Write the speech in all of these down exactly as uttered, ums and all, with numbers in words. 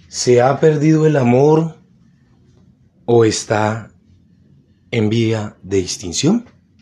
¿Se ha perdido el amor o está en vía de extinción?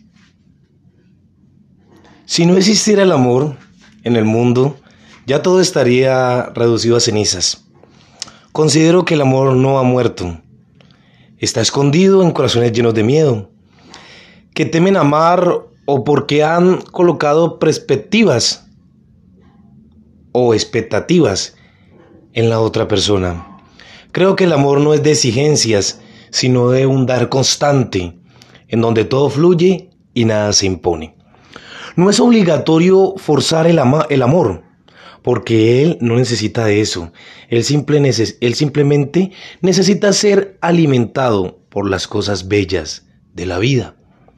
Si no existiera el amor en el mundo, ya todo estaría reducido a cenizas. Considero que el amor no ha muerto. Está escondido en corazones llenos de miedo, que temen amar o porque han colocado perspectivas o expectativas en la otra persona. Creo que el amor no es de exigencias, sino de un dar constante, en donde todo fluye y nada se impone. No es obligatorio forzar el, ama- el amor, porque él no necesita de eso. Él, simple neces- él simplemente necesita ser alimentado por las cosas bellas de la vida.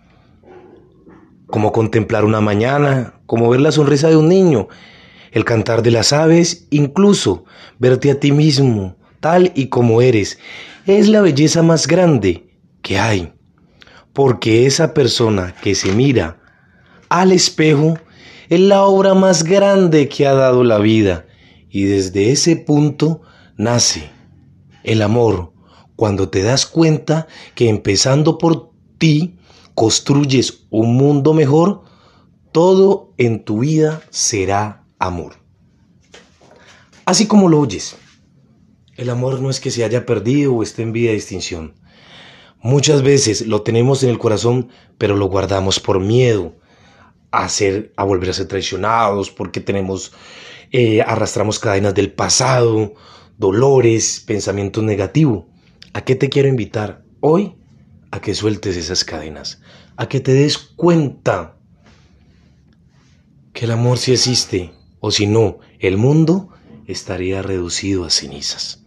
Como contemplar una mañana, como ver la sonrisa de un niño, el cantar de las aves, incluso verte a ti mismo, tal y como eres, es la belleza más grande que hay. Porque esa persona que se mira al espejo es la obra más grande que ha dado la vida. Y desde ese punto nace el amor, cuando te das cuenta que empezando por ti construyes un mundo mejor, todo en tu vida será amor. Así como lo oyes, el amor no es que se haya perdido o esté en vía de extinción. Muchas veces lo tenemos en el corazón, pero lo guardamos por miedo a, ser, a volver a ser traicionados, porque tenemos, eh, arrastramos cadenas del pasado, dolores, pensamientos negativos. ¿A qué te quiero invitar hoy? A que sueltes esas cadenas, a que te des cuenta que el amor sí existe, o si no, el mundo estaría reducido a cenizas.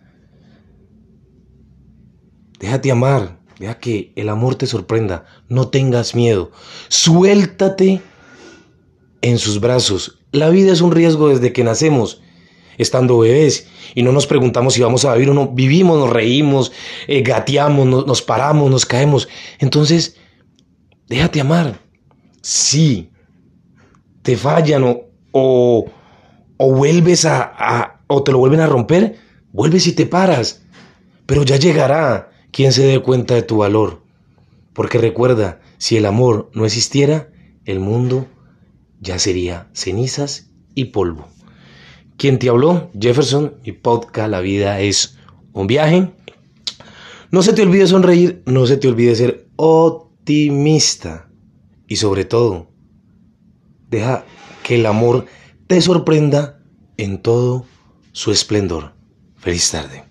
Déjate amar, deja que el amor te sorprenda, no tengas miedo, suéltate en sus brazos. La vida es un riesgo desde que nacemos, estando bebés, y no nos preguntamos si vamos a vivir o no. Vivimos, nos reímos, eh, gateamos, no, nos paramos, nos caemos. Entonces, déjate amar. Sí, te fallan o, o, o vuelves a, a, o te lo vuelven a romper, vuelves y te paras. Pero ya llegará quien se dé cuenta de tu valor. Porque recuerda, si el amor no existiera, el mundo ya sería cenizas y polvo. ¿Quién te habló? Jefferson, mi podcast La vida es un viaje. No se te olvide sonreír, no se te olvide ser optimista. Y sobre todo, deja que el amor te sorprenda en todo su esplendor. Feliz tarde.